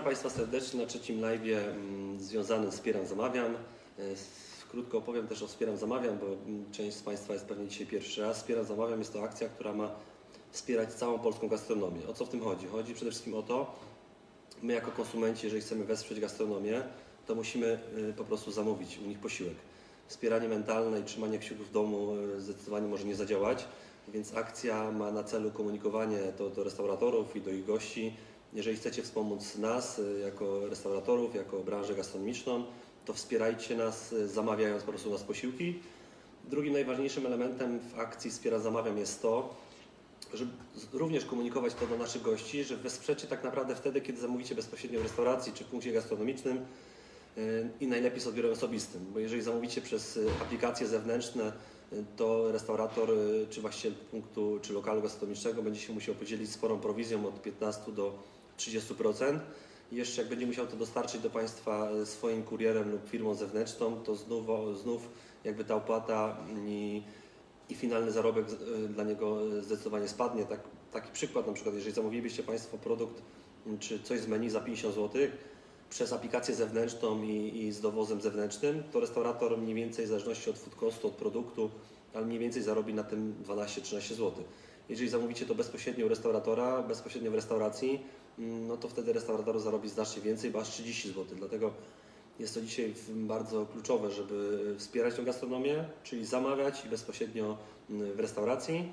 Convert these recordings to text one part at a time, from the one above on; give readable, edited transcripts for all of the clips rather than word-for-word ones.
Państwa serdecznie na trzecim live'ie związanym z Wspieram Zamawiam. Krótko opowiem też o Wspieram Zamawiam, bo część z Państwa jest pewnie dzisiaj pierwszy raz. Wspieram Zamawiam jest to akcja, która ma wspierać całą polską gastronomię. O co w tym chodzi? Chodzi przede wszystkim o to, my jako konsumenci, jeżeli chcemy wesprzeć gastronomię, to musimy po prostu zamówić u nich posiłek. Wspieranie mentalne i trzymanie kciuków w domu zdecydowanie może nie zadziałać, więc akcja ma na celu komunikowanie to do restauratorów i do ich gości. Jeżeli chcecie wspomóc nas jako restauratorów, jako branżę gastronomiczną, to wspierajcie nas, zamawiając po prostu nas posiłki. Drugim najważniejszym elementem w akcji Wspieram Zamawiam jest to, żeby również komunikować to do naszych gości, że wesprzecie tak naprawdę wtedy, kiedy zamówicie bezpośrednio w restauracji czy w punkcie gastronomicznym i najlepiej z odbiorem osobistym, bo jeżeli zamówicie przez aplikacje zewnętrzne, to restaurator czy właściciel punktu czy lokalu gastronomicznego będzie się musiał podzielić sporą prowizją od 15 do 30%. I jeszcze jak będzie musiał to dostarczyć do Państwa swoim kurierem lub firmą zewnętrzną, to znów jakby ta opłata i finalny zarobek dla niego zdecydowanie spadnie. Taki przykład, na przykład jeżeli zamówilibyście Państwo produkt czy coś z menu za 50 zł przez aplikację zewnętrzną i z dowozem zewnętrznym, to restaurator mniej więcej w zależności od food costu, od produktu, ale mniej więcej zarobi na tym 12-13 zł. Jeżeli zamówicie to bezpośrednio u restauratora, bezpośrednio w restauracji, no to wtedy restaurator zarobi znacznie więcej, bo aż 30 zł. Dlatego jest to dzisiaj bardzo kluczowe, żeby wspierać tę gastronomię, czyli zamawiać i bezpośrednio w restauracji.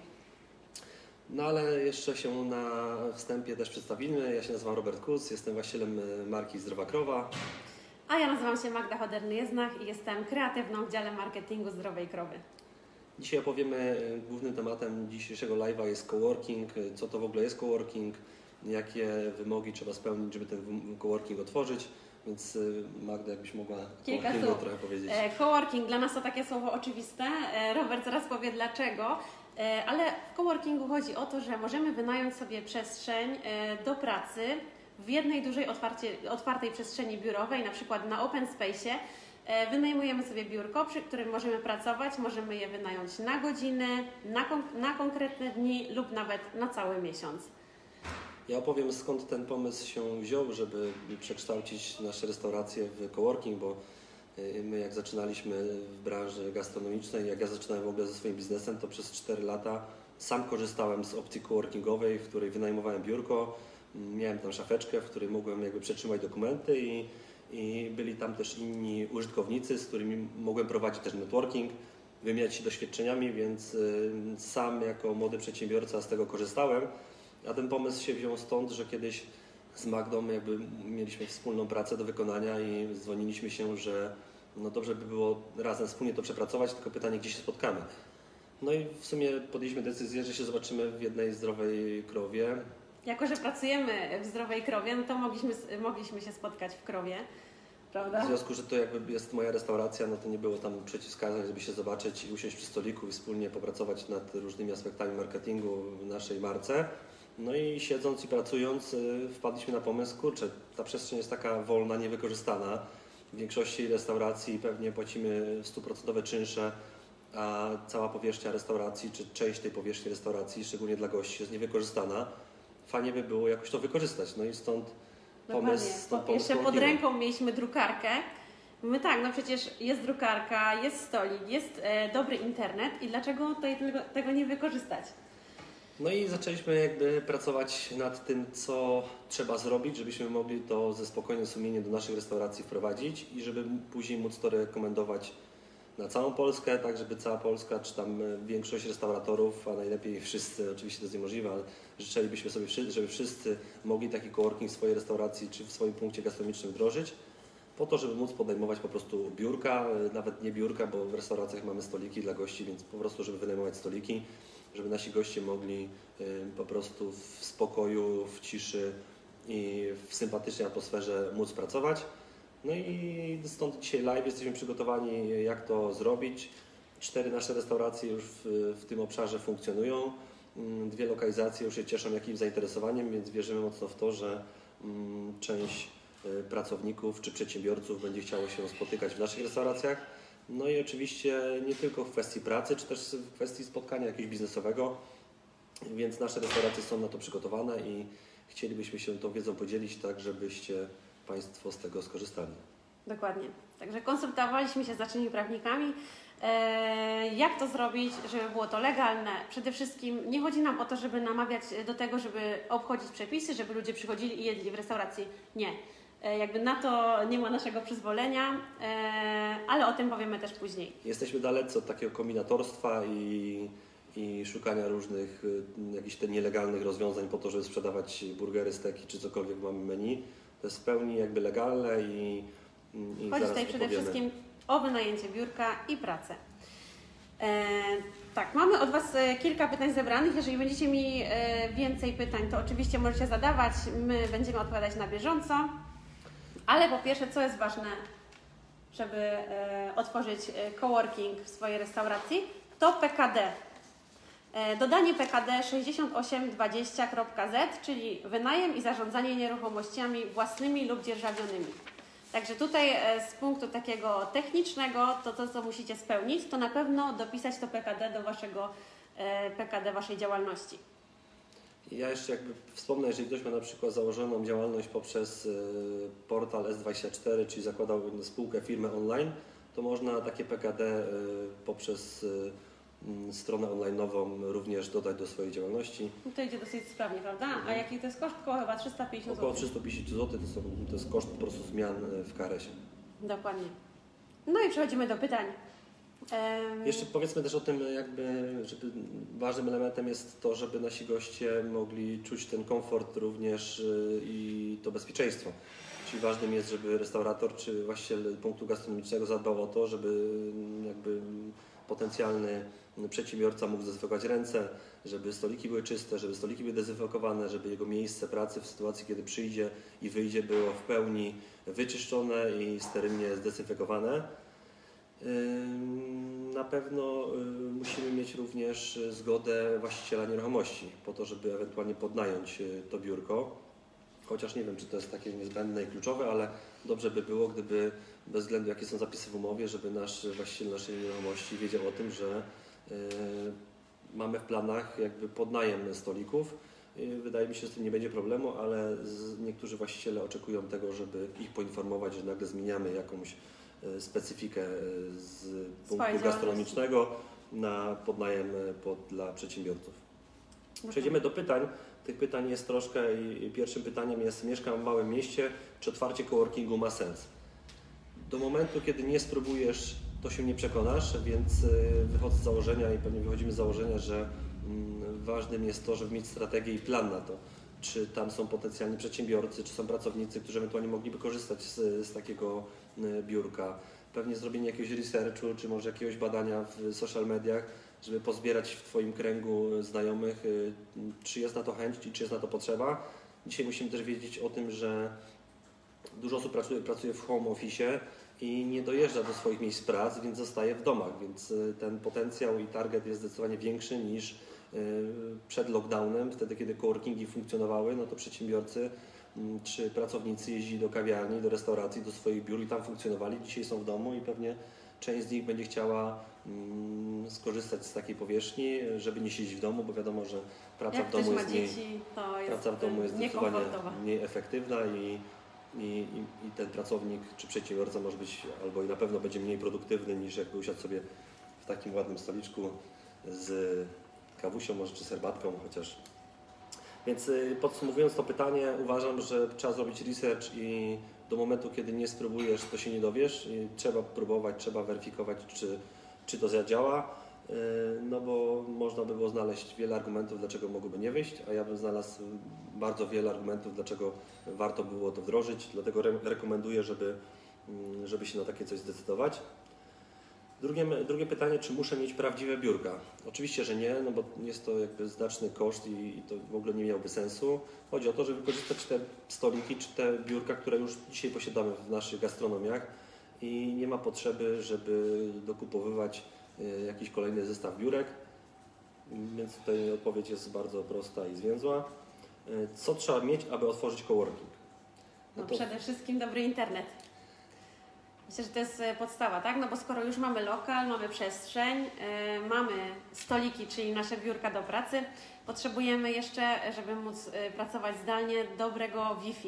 No ale jeszcze się na wstępie też przedstawimy. Ja się nazywam Robert Kuc, jestem właścicielem marki Zdrowa Krowa. A ja nazywam się Magda Choderny-Jeznach i jestem kreatywną w dziale marketingu Zdrowej Krowy. Dzisiaj opowiemy, głównym tematem dzisiejszego live'a jest coworking, co to w ogóle jest coworking, jakie wymogi trzeba spełnić, żeby ten coworking otworzyć. Więc Magda, jakbyś mogła coworkingu trochę powiedzieć. Coworking dla nas to takie słowo oczywiste. Robert zaraz powie dlaczego. Ale w coworkingu chodzi o to, że możemy wynająć sobie przestrzeń do pracy w jednej dużej otwartej przestrzeni biurowej, na przykład na open space'ie. Wynajmujemy sobie biurko, przy którym możemy pracować, możemy je wynająć na godzinę, na konkretne dni lub nawet na cały miesiąc. Ja opowiem, skąd ten pomysł się wziął, żeby przekształcić nasze restauracje w coworking, bo my jak zaczynaliśmy w branży gastronomicznej, jak ja zaczynałem w ogóle ze swoim biznesem, to przez 4 lata sam korzystałem z opcji coworkingowej, w której wynajmowałem biurko, miałem tam szafeczkę, w której mogłem jakby przetrzymać dokumenty i byli tam też inni użytkownicy, z którymi mogłem prowadzić też networking, wymieniać się doświadczeniami, więc sam jako młody przedsiębiorca z tego korzystałem. A ten pomysł się wziął stąd, że kiedyś z Magdą jakby mieliśmy wspólną pracę do wykonania i dzwoniliśmy się, że no dobrze by było razem wspólnie to przepracować, tylko pytanie, gdzie się spotkamy. No i w sumie podjęliśmy decyzję, że się zobaczymy w jednej zdrowej krowie. Jako że pracujemy w Zdrowej Krowie, no to mogliśmy się spotkać w Krowie, prawda? W związku, że to jakby jest moja restauracja, no to nie było tam przeciwwskazań, żeby się zobaczyć i usiąść przy stoliku i wspólnie popracować nad różnymi aspektami marketingu w naszej marce. No i siedząc i pracując wpadliśmy na pomysł, kurczę, ta przestrzeń jest taka wolna, niewykorzystana. W większości restauracji pewnie płacimy 100% czynsze, a cała powierzchnia restauracji, czy część tej powierzchni restauracji, szczególnie dla gości, jest niewykorzystana. Fajnie by było jakoś to wykorzystać. No i stąd pomysł. Jeszcze pod ręką mieliśmy drukarkę. My tak, no przecież jest drukarka, jest stolik, jest dobry internet i dlaczego tutaj tego nie wykorzystać? No i zaczęliśmy jakby pracować nad tym, co trzeba zrobić, żebyśmy mogli to ze spokojnym sumieniem do naszych restauracji wprowadzić i żeby później móc to rekomendować na całą Polskę, tak żeby cała Polska, czy tam większość restauratorów, a najlepiej wszyscy, oczywiście to jest niemożliwe, ale życzylibyśmy sobie, żeby wszyscy mogli taki coworking w swojej restauracji czy w swoim punkcie gastronomicznym wdrożyć, po to, żeby móc podejmować po prostu biurka, nawet nie biurka, bo w restauracjach mamy stoliki dla gości, więc po prostu, żeby wynajmować stoliki, żeby nasi goście mogli po prostu w spokoju, w ciszy i w sympatycznej atmosferze móc pracować. No i stąd dzisiaj live jesteśmy przygotowani, jak to zrobić. 4 nasze restauracje już w tym obszarze funkcjonują. 2 lokalizacje już się cieszą jakimś zainteresowaniem, więc wierzymy mocno w to, że część pracowników czy przedsiębiorców będzie chciało się spotykać w naszych restauracjach. No i oczywiście nie tylko w kwestii pracy, czy też w kwestii spotkania jakiegoś biznesowego, więc nasze restauracje są na to przygotowane i chcielibyśmy się tą wiedzą podzielić tak, żebyście Państwo z tego skorzystali. Dokładnie. Także konsultowaliśmy się z naszymi prawnikami, jak to zrobić, żeby było to legalne. Przede wszystkim nie chodzi nam o to, żeby namawiać do tego, żeby obchodzić przepisy, żeby ludzie przychodzili i jedli w restauracji. Nie. Jakby na to nie ma naszego przyzwolenia, ale o tym powiemy też później. Jesteśmy dalece od takiego kombinatorstwa i szukania różnych jakichś nielegalnych rozwiązań po to, żeby sprzedawać burgery, steki czy cokolwiek mamy w menu. To jest w pełni jakby legalne i Chodzi zaraz tutaj przede opowiemy. wszystkim o wynajęcie biurka i pracę. Tak, mamy od Was kilka pytań zebranych. Jeżeli będziecie mieli więcej pytań, to oczywiście możecie zadawać. My będziemy odpowiadać na bieżąco. Ale po pierwsze, co jest ważne, żeby otworzyć coworking w swojej restauracji, to PKD. Dodanie PKD 6820.z, czyli wynajem i zarządzanie nieruchomościami własnymi lub dzierżawionymi. Także tutaj z punktu takiego technicznego, to co musicie spełnić, to na pewno dopisać to PKD do Waszego PKD Waszej działalności. Ja jeszcze jakby wspomnę, jeżeli ktoś ma na przykład założoną działalność poprzez portal S24, czyli zakładał spółkę, firmę online, to można takie PKD poprzez stronę online'ową również dodać do swojej działalności. No to idzie dosyć sprawnie, prawda? A jaki to jest koszt? Około chyba 350 Około zł. 350 zł to jest koszt po prostu zmian w KRS-ie. Dokładnie. No i przechodzimy do pytań. Jeszcze powiedzmy też o tym, żeby ważnym elementem jest to, żeby nasi goście mogli czuć ten komfort również i to bezpieczeństwo. Czyli ważnym jest, żeby restaurator czy właściciel punktu gastronomicznego zadbał o to, żeby jakby potencjalny przedsiębiorca mógł zdezynfekować ręce, żeby stoliki były czyste, żeby stoliki były dezynfekowane, żeby jego miejsce pracy w sytuacji, kiedy przyjdzie i wyjdzie, było w pełni wyczyszczone i sterylnie zdezynfekowane. Na pewno musimy mieć również zgodę właściciela nieruchomości po to, żeby ewentualnie podnająć to biurko. Chociaż nie wiem, czy to jest takie niezbędne i kluczowe, ale dobrze by było, gdyby bez względu jakie są zapisy w umowie, żeby nasz właściciel naszej nieruchomości wiedział o tym, że mamy w planach jakby podnajem stolików. Wydaje mi się, że z tym nie będzie problemu, ale niektórzy właściciele oczekują tego, żeby ich poinformować, że nagle zmieniamy jakąś specyfikę z punktu gastronomicznego na podnajem dla przedsiębiorców. Przejdziemy do pytań. Tych pytań jest troszkę i pierwszym pytaniem jest: mieszkam w małym mieście, czy otwarcie coworkingu ma sens? Do momentu, kiedy nie spróbujesz, to się nie przekonasz, więc wychodzę z założenia i pewnie wychodzimy z założenia, że ważnym jest to, żeby mieć strategię i plan na to, czy tam są potencjalni przedsiębiorcy, czy są pracownicy, którzy ewentualnie mogliby korzystać z takiego biurka. Pewnie zrobienie jakiegoś researchu, czy może jakiegoś badania w social mediach, żeby pozbierać w Twoim kręgu znajomych, czy jest na to chęć i czy jest na to potrzeba. Dzisiaj musimy też wiedzieć o tym, że dużo osób pracuje w home office i nie dojeżdża do swoich miejsc pracy, więc zostaje w domach, więc ten potencjał i target jest zdecydowanie większy niż przed lockdownem. Wtedy, kiedy coworkingi funkcjonowały, no to przedsiębiorcy czy pracownicy jeździli do kawiarni, do restauracji, do swoich biur i tam funkcjonowali. Dzisiaj są w domu i pewnie część z nich będzie chciała skorzystać z takiej powierzchni, żeby nie siedzieć w domu, bo wiadomo, że praca w domu jest zdecydowanie mniej efektywna i ten pracownik czy przedsiębiorca może być albo i na pewno będzie mniej produktywny niż jakby usiadł sobie w takim ładnym stoliczku z kawusią może czy z herbatką chociaż. Więc podsumowując to pytanie, uważam, że trzeba zrobić research i do momentu, kiedy nie spróbujesz, to się nie dowiesz. I trzeba próbować, trzeba weryfikować, czy to zadziała, no bo można by było znaleźć wiele argumentów, dlaczego mogłoby nie wyjść, a ja bym znalazł bardzo wiele argumentów, dlaczego warto było to wdrożyć, dlatego rekomenduję, żeby się na takie coś zdecydować. Drugie pytanie, czy muszę mieć prawdziwe biurka? Oczywiście, że nie, no bo jest to jakby znaczny koszt i to w ogóle nie miałoby sensu. Chodzi o to, żeby wykorzystać te stoliki czy te biurka, które już dzisiaj posiadamy w naszych gastronomiach i nie ma potrzeby, żeby dokupowywać jakiś kolejny zestaw biurek, więc tutaj odpowiedź jest bardzo prosta i zwięzła. Co trzeba mieć, aby otworzyć coworking? No przede wszystkim dobry internet. Myślę, że to jest podstawa, tak? No bo skoro już mamy lokal, mamy przestrzeń, mamy stoliki, czyli nasze biurka do pracy, potrzebujemy jeszcze, żeby móc pracować zdalnie, dobrego Wi-Fi.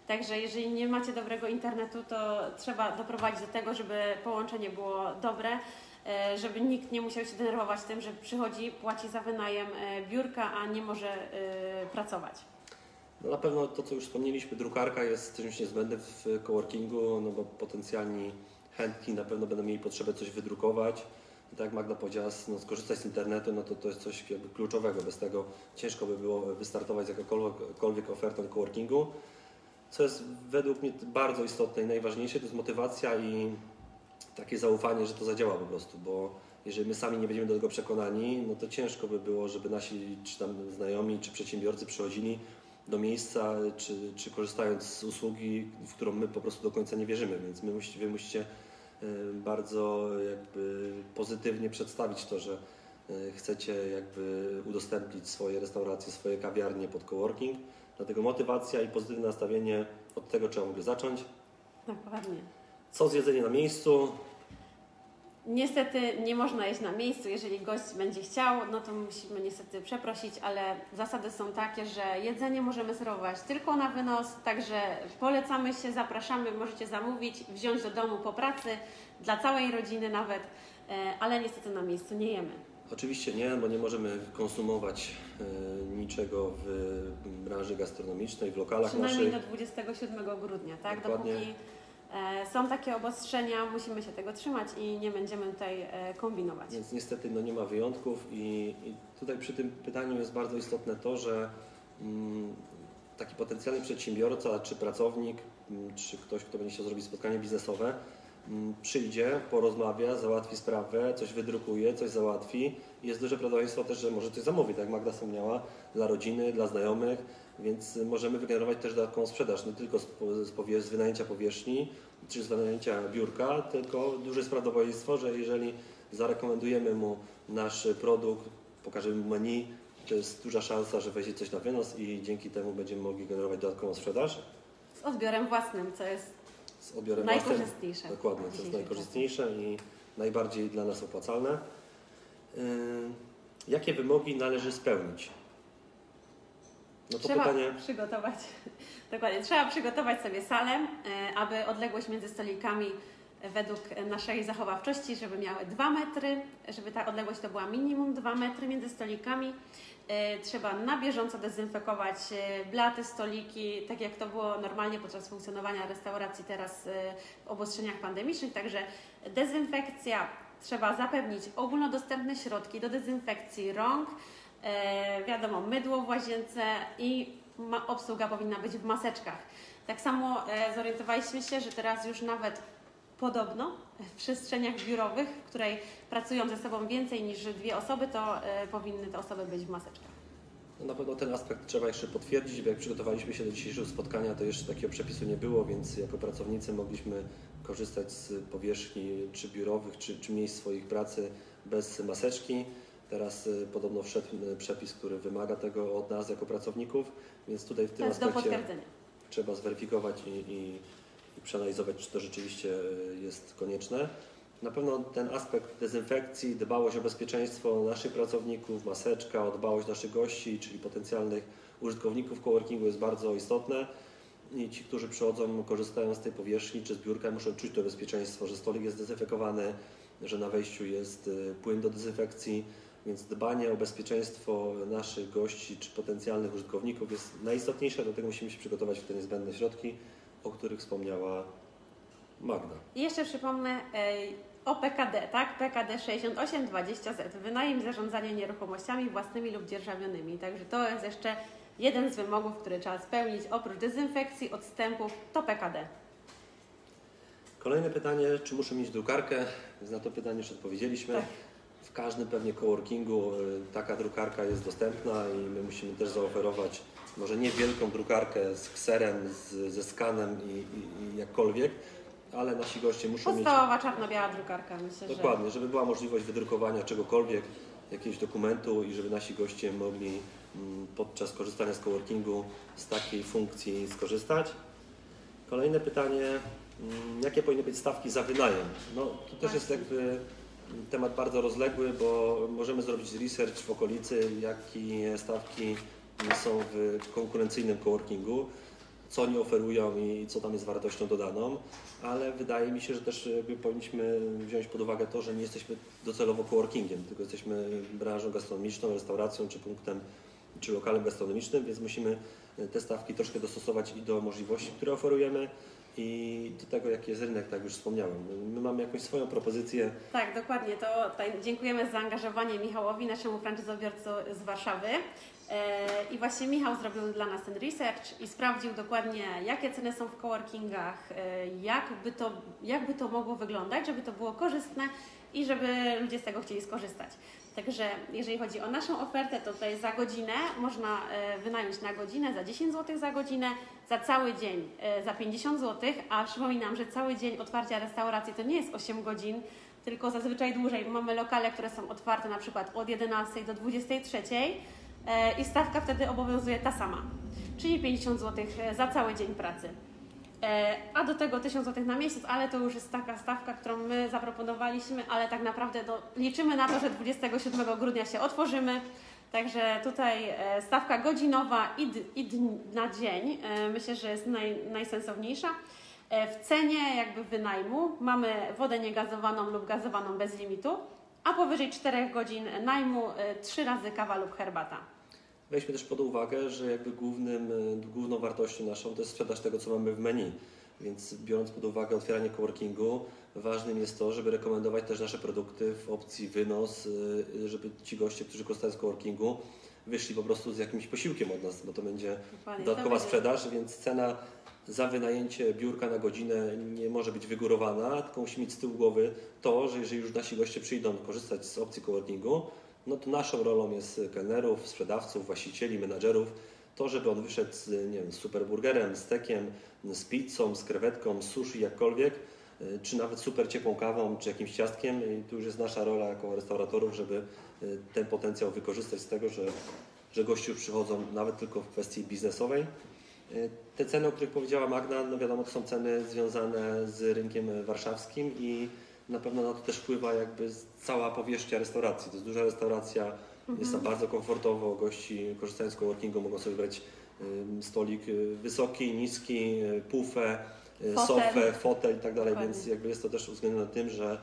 Także jeżeli nie macie dobrego internetu, to trzeba doprowadzić do tego, żeby połączenie było dobre, żeby nikt nie musiał się denerwować tym, że przychodzi, płaci za wynajem biurka, a nie może pracować. No na pewno to, co już wspomnieliśmy, drukarka jest czymś niezbędnym w coworkingu, no bo potencjalni chętni na pewno będą mieli potrzebę coś wydrukować. I tak jak Magda powiedziała, no, skorzystać z internetu, no to jest coś jakby kluczowego. Bez tego ciężko by było wystartować z jakąkolwiek ofertą coworkingu. Co jest według mnie bardzo istotne i najważniejsze, to jest motywacja i takie zaufanie, że to zadziała po prostu, bo jeżeli my sami nie będziemy do tego przekonani, no to ciężko by było, żeby nasi czy tam znajomi, czy przedsiębiorcy przychodzili do miejsca, czy korzystając z usługi, w którą my po prostu do końca nie wierzymy, więc wy musicie bardzo jakby pozytywnie przedstawić to, że chcecie jakby udostępnić swoje restauracje, swoje kawiarnie pod coworking. Dlatego motywacja i pozytywne nastawienie, od tego trzeba w ogóle zacząć. Dokładnie. Co z jedzeniem na miejscu? Niestety nie można jeść na miejscu, jeżeli gość będzie chciał, no to musimy niestety przeprosić, ale zasady są takie, że jedzenie możemy serwować tylko na wynos, także polecamy się, zapraszamy, możecie zamówić, wziąć do domu po pracy, dla całej rodziny nawet, ale niestety na miejscu nie jemy. Oczywiście nie, bo nie możemy konsumować niczego w branży gastronomicznej, w lokalach Przynajmniej naszych. do 27 grudnia, tak? Dokładnie. Dopóki są takie obostrzenia, musimy się tego trzymać i nie będziemy tutaj kombinować. Więc niestety no, nie ma wyjątków i tutaj przy tym pytaniu jest bardzo istotne to, że taki potencjalny przedsiębiorca, czy pracownik, czy ktoś, kto będzie chciał zrobić spotkanie biznesowe, przyjdzie, porozmawia, załatwi sprawę, coś wydrukuje, coś załatwi i jest duże prawdopodobieństwo też, że może coś zamówi, tak jak Magda wspomniała, dla rodziny, dla znajomych, więc możemy wygenerować też dodatkową sprzedaż, nie tylko z wynajęcia powierzchni czy z wynajęcia biurka, tylko duże jest prawdopodobieństwo, że jeżeli zarekomendujemy mu nasz produkt, pokażemy mu menu, to jest duża szansa, że weźmie coś na wynos i dzięki temu będziemy mogli generować dodatkową sprzedaż. Z odbiorem własnym, co jest Z odbiorem najkorzystniejsze. własnym. Dokładnie, to jest najkorzystniejsze i najbardziej dla nas opłacalne. Jakie wymogi należy spełnić? No to Trzeba pytanie. przygotować, dokładnie, trzeba przygotować sobie salę, aby odległość między stolikami według naszej zachowawczości, żeby miały 2 metry, żeby ta odległość to była minimum 2 metry między stolikami. Trzeba na bieżąco dezynfekować blaty, stoliki, tak jak to było normalnie podczas funkcjonowania restauracji teraz w obostrzeniach pandemicznych. Także dezynfekcja, trzeba zapewnić ogólnodostępne środki do dezynfekcji rąk, wiadomo, mydło w łazience i obsługa powinna być w maseczkach. Tak samo zorientowaliśmy się, że teraz już nawet podobno w przestrzeniach biurowych, w której pracują ze sobą więcej niż 2 osoby, to powinny te osoby być w maseczkach. No na pewno ten aspekt trzeba jeszcze potwierdzić, bo jak przygotowaliśmy się do dzisiejszego spotkania, to jeszcze takiego przepisu nie było, więc jako pracownicy mogliśmy korzystać z powierzchni czy biurowych, czy miejsc swoich pracy bez maseczki. Teraz podobno wszedł przepis, który wymaga tego od nas jako pracowników, więc tutaj w tym aspekcie trzeba zweryfikować i przeanalizować, czy to rzeczywiście jest konieczne. Na pewno ten aspekt dezynfekcji, dbałość o bezpieczeństwo naszych pracowników, maseczka, o dbałość naszych gości, czyli potencjalnych użytkowników coworkingu jest bardzo istotne. I ci, którzy przychodzą, korzystają z tej powierzchni czy z biurka, muszą czuć to bezpieczeństwo, że stolik jest dezynfekowany, że na wejściu jest płyn do dezynfekcji, więc dbanie o bezpieczeństwo naszych gości czy potencjalnych użytkowników jest najistotniejsze, dlatego musimy się przygotować w te niezbędne środki, o których wspomniała Magda. I jeszcze przypomnę o PKD, tak? PKD 6820Z, wynajem i zarządzanie nieruchomościami własnymi lub dzierżawionymi. Także to jest jeszcze jeden z wymogów, który trzeba spełnić. Oprócz dezynfekcji, odstępów, to PKD. Kolejne pytanie, czy muszę mieć drukarkę? Na to pytanie już odpowiedzieliśmy. Tak. W każdym pewnie coworkingu taka drukarka jest dostępna i my musimy też zaoferować może nie wielką drukarkę z kserem, ze skanem i jakkolwiek, ale nasi goście muszą mieć... Podstawowa czarno-biała drukarka, myślę, Dokładnie, żeby była możliwość wydrukowania czegokolwiek, jakiegoś dokumentu i żeby nasi goście mogli podczas korzystania z coworkingu z takiej funkcji skorzystać. Kolejne pytanie, jakie powinny być stawki za wynajem? No to też jest jakby temat bardzo rozległy, bo możemy zrobić research w okolicy, jakie stawki są w konkurencyjnym coworkingu. co oni oferują i co tam jest wartością dodaną, ale wydaje mi się, że też powinniśmy wziąć pod uwagę to, że nie jesteśmy docelowo coworkingiem, tylko jesteśmy branżą gastronomiczną, restauracją czy punktem, czy lokalem gastronomicznym, więc musimy te stawki troszkę dostosować i do możliwości, które oferujemy, i do tego, jaki jest rynek, tak jak już wspomniałem. My mamy jakąś swoją propozycję. Tak, dokładnie. To tutaj dziękujemy za zaangażowanie Michałowi, naszemu franczyzobiorcy z Warszawy. I właśnie Michał zrobił dla nas ten research i sprawdził dokładnie, jakie ceny są w coworkingach, jakby to mogło wyglądać, żeby to było korzystne i żeby ludzie z tego chcieli skorzystać. Także jeżeli chodzi o naszą ofertę, to tutaj za godzinę można wynająć na godzinę za 10 zł za godzinę, za cały dzień za 50 zł, a przypominam, że cały dzień otwarcia restauracji to nie jest 8 godzin, tylko zazwyczaj dłużej, bo mamy lokale, które są otwarte na przykład od 11 do 23 i stawka wtedy obowiązuje ta sama, czyli 50 zł za cały dzień pracy. A do tego 1000 zł na miesiąc, ale to już jest taka stawka, którą my zaproponowaliśmy, ale tak naprawdę liczymy na to, że 27 grudnia się otworzymy. Także tutaj stawka godzinowa i na dzień myślę, że jest najsensowniejsza. W cenie jakby wynajmu mamy wodę niegazowaną lub gazowaną bez limitu, a powyżej 4 godzin najmu 3 razy kawa lub herbata. Weźmy też pod uwagę, że jakby główną wartością naszą to jest sprzedaż tego, co mamy w menu. Więc biorąc pod uwagę otwieranie coworkingu, ważnym jest to, żeby rekomendować też nasze produkty w opcji wynos, żeby ci goście, którzy korzystają z coworkingu, wyszli po prostu z jakimś posiłkiem od nas, bo to będzie dodatkowa sprzedaż, więc cena za wynajęcie biurka na godzinę nie może być wygórowana, tylko musi mieć z tyłu głowy to, że jeżeli już nasi goście przyjdą korzystać z opcji coworkingu, no to naszą rolą jest kelnerów, sprzedawców, właścicieli, menadżerów, to, żeby on wyszedł z, nie wiem, z superburgerem, stekiem, z pizzą, z krewetką, z sushi, jakkolwiek, czy nawet super ciepłą kawą, czy jakimś ciastkiem. I tu już jest nasza rola jako restauratorów, żeby ten potencjał wykorzystać z tego, że goście już przychodzą nawet tylko w kwestii biznesowej. Te ceny, o których powiedziała Magda, no wiadomo, to są ceny związane z rynkiem warszawskim i na pewno na to też wpływa jakby cała powierzchnia restauracji. To jest duża restauracja, jest tam bardzo komfortowo, gości korzystając z coworkingu mogą sobie wybrać stolik wysoki, niski, pufę, sofę, fotel i tak dalej, więc jakby jest to też uwzględnione tym, że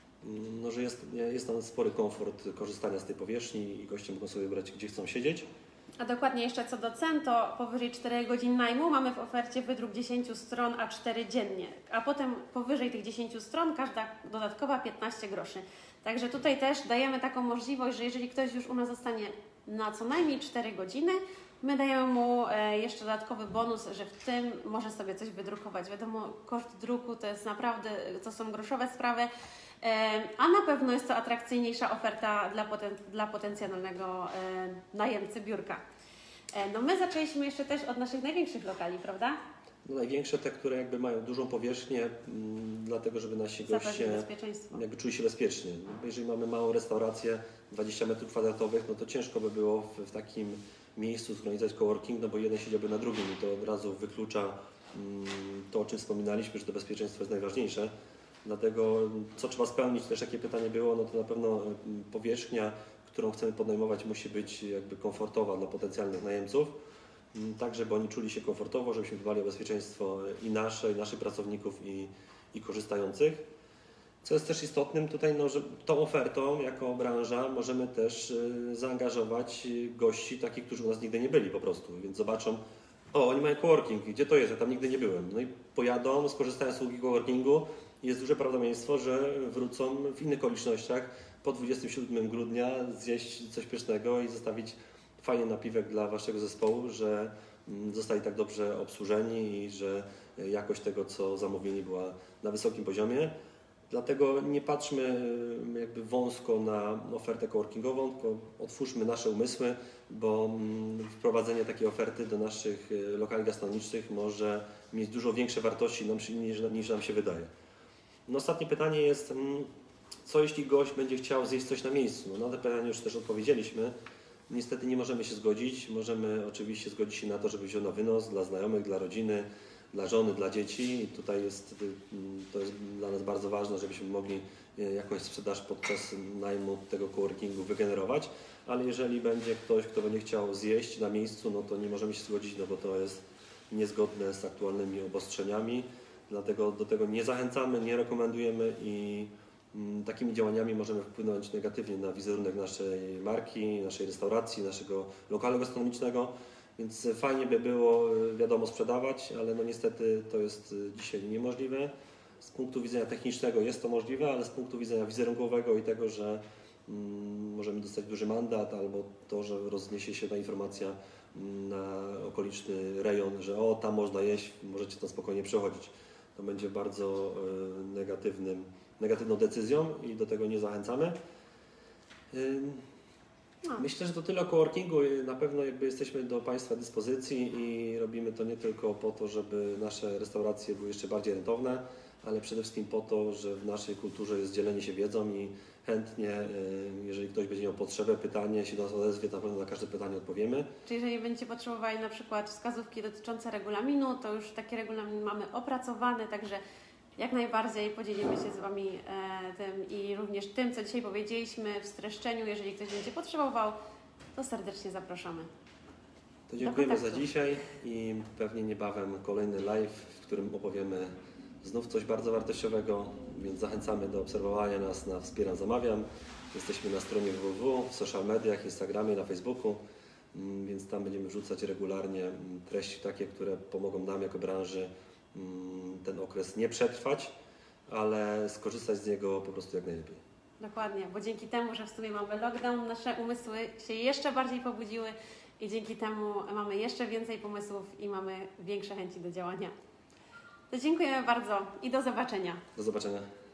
jest tam spory komfort korzystania z tej powierzchni i goście mogą sobie wybrać, gdzie chcą siedzieć. A dokładnie jeszcze co do cen, to powyżej 4 godzin najmu mamy w ofercie wydruk 10 stron A4 dziennie, a potem powyżej tych 10 stron każda dodatkowa 15 groszy. Także tutaj też dajemy taką możliwość, że jeżeli ktoś już u nas zostanie na co najmniej 4 godziny, my dajemy mu jeszcze dodatkowy bonus, że w tym może sobie coś wydrukować. Wiadomo, koszt druku to jest naprawdę, to są groszowe sprawy, a na pewno jest to atrakcyjniejsza oferta dla potencjalnego najemcy biurka. No my zaczęliśmy jeszcze też od naszych największych lokali, prawda? No największe te, które jakby mają dużą powierzchnię, dlatego żeby nasi goście jakby czuli się bezpiecznie. Jeżeli mamy małą restaurację, 20 m2, no to ciężko by było w takim miejscu zorganizować coworking, no bo jeden siedziałby na drugim i to od razu wyklucza to, o czym wspominaliśmy, że to bezpieczeństwo jest najważniejsze. Dlatego co trzeba spełnić, też jakie pytanie było, no to na pewno powierzchnia, którą chcemy podnajmować, musi być jakby komfortowa dla potencjalnych najemców, tak żeby oni czuli się komfortowo, żebyśmy dbali o bezpieczeństwo i naszych pracowników i korzystających. Co jest też istotnym tutaj, no, że tą ofertą jako branża możemy też zaangażować gości takich, którzy u nas nigdy nie byli po prostu, więc zobaczą, o, oni mają coworking, gdzie to jest, ja tam nigdy nie byłem. No i pojadą, skorzystają z usługi coworkingu i jest duże prawdopodobieństwo, że wrócą w innych okolicznościach po 27 grudnia zjeść coś pysznego i zostawić fajny napiwek dla Waszego zespołu, że zostali tak dobrze obsłużeni i że jakość tego, co zamówieni, była na wysokim poziomie. Dlatego nie patrzmy jakby wąsko na ofertę coworkingową, tylko otwórzmy nasze umysły, bo wprowadzenie takiej oferty do naszych lokali gastronomicznych może mieć dużo większe wartości niż nam się wydaje. No, ostatnie pytanie jest, co jeśli gość będzie chciał zjeść coś na miejscu? No, na to pytanie już też odpowiedzieliśmy. Niestety nie możemy się zgodzić. Możemy oczywiście zgodzić się na to, żeby wziął na wynos dla znajomych, dla rodziny, dla żony, dla dzieci. I tutaj to jest dla nas bardzo ważne, żebyśmy mogli jakąś sprzedaż podczas najmu tego coworkingu wygenerować. Ale jeżeli będzie ktoś, kto będzie chciał zjeść na miejscu, no to nie możemy się zgodzić, no bo to jest niezgodne z aktualnymi obostrzeniami. Dlatego do tego nie zachęcamy, nie rekomendujemy i takimi działaniami możemy wpłynąć negatywnie na wizerunek naszej marki, naszej restauracji, naszego lokalu gastronomicznego. Więc fajnie by było, wiadomo, sprzedawać, ale no niestety to jest dzisiaj niemożliwe. Z punktu widzenia technicznego jest to możliwe, ale z punktu widzenia wizerunkowego i tego, że możemy dostać duży mandat albo to, że rozniesie się ta informacja na okoliczny rejon, że o, tam można jeść, możecie tam spokojnie przechodzić. To będzie bardzo negatywną decyzją i do tego nie zachęcamy. Myślę, że to tyle o coworkingu. Na pewno jesteśmy do Państwa dyspozycji i robimy to nie tylko po to, żeby nasze restauracje były jeszcze bardziej rentowne, ale przede wszystkim po to, że w naszej kulturze jest dzielenie się wiedzą i chętnie, jeżeli ktoś będzie miał potrzebę, pytanie, się do nas odezwie, na pewno na każde pytanie odpowiemy. Czy jeżeli będziecie potrzebowali na przykład wskazówki dotyczące regulaminu, to już taki regulamin mamy opracowany, także jak najbardziej podzielimy się z Wami tym i również tym, co dzisiaj powiedzieliśmy w streszczeniu. Jeżeli ktoś będzie potrzebował, to serdecznie zapraszamy. To dziękujemy za dzisiaj i pewnie niebawem kolejny live, w którym opowiemy znów coś bardzo wartościowego, więc zachęcamy do obserwowania nas na Wspieram Zamawiam. Jesteśmy na stronie www, w social mediach, Instagramie, na Facebooku, więc tam będziemy wrzucać regularnie treści takie, które pomogą nam jako branży ten okres nie przetrwać, ale skorzystać z niego po prostu jak najlepiej. Dokładnie, bo dzięki temu, że w sumie mamy lockdown, nasze umysły się jeszcze bardziej pobudziły i dzięki temu mamy jeszcze więcej pomysłów i mamy większe chęci do działania. To dziękujemy bardzo i do zobaczenia. Do zobaczenia.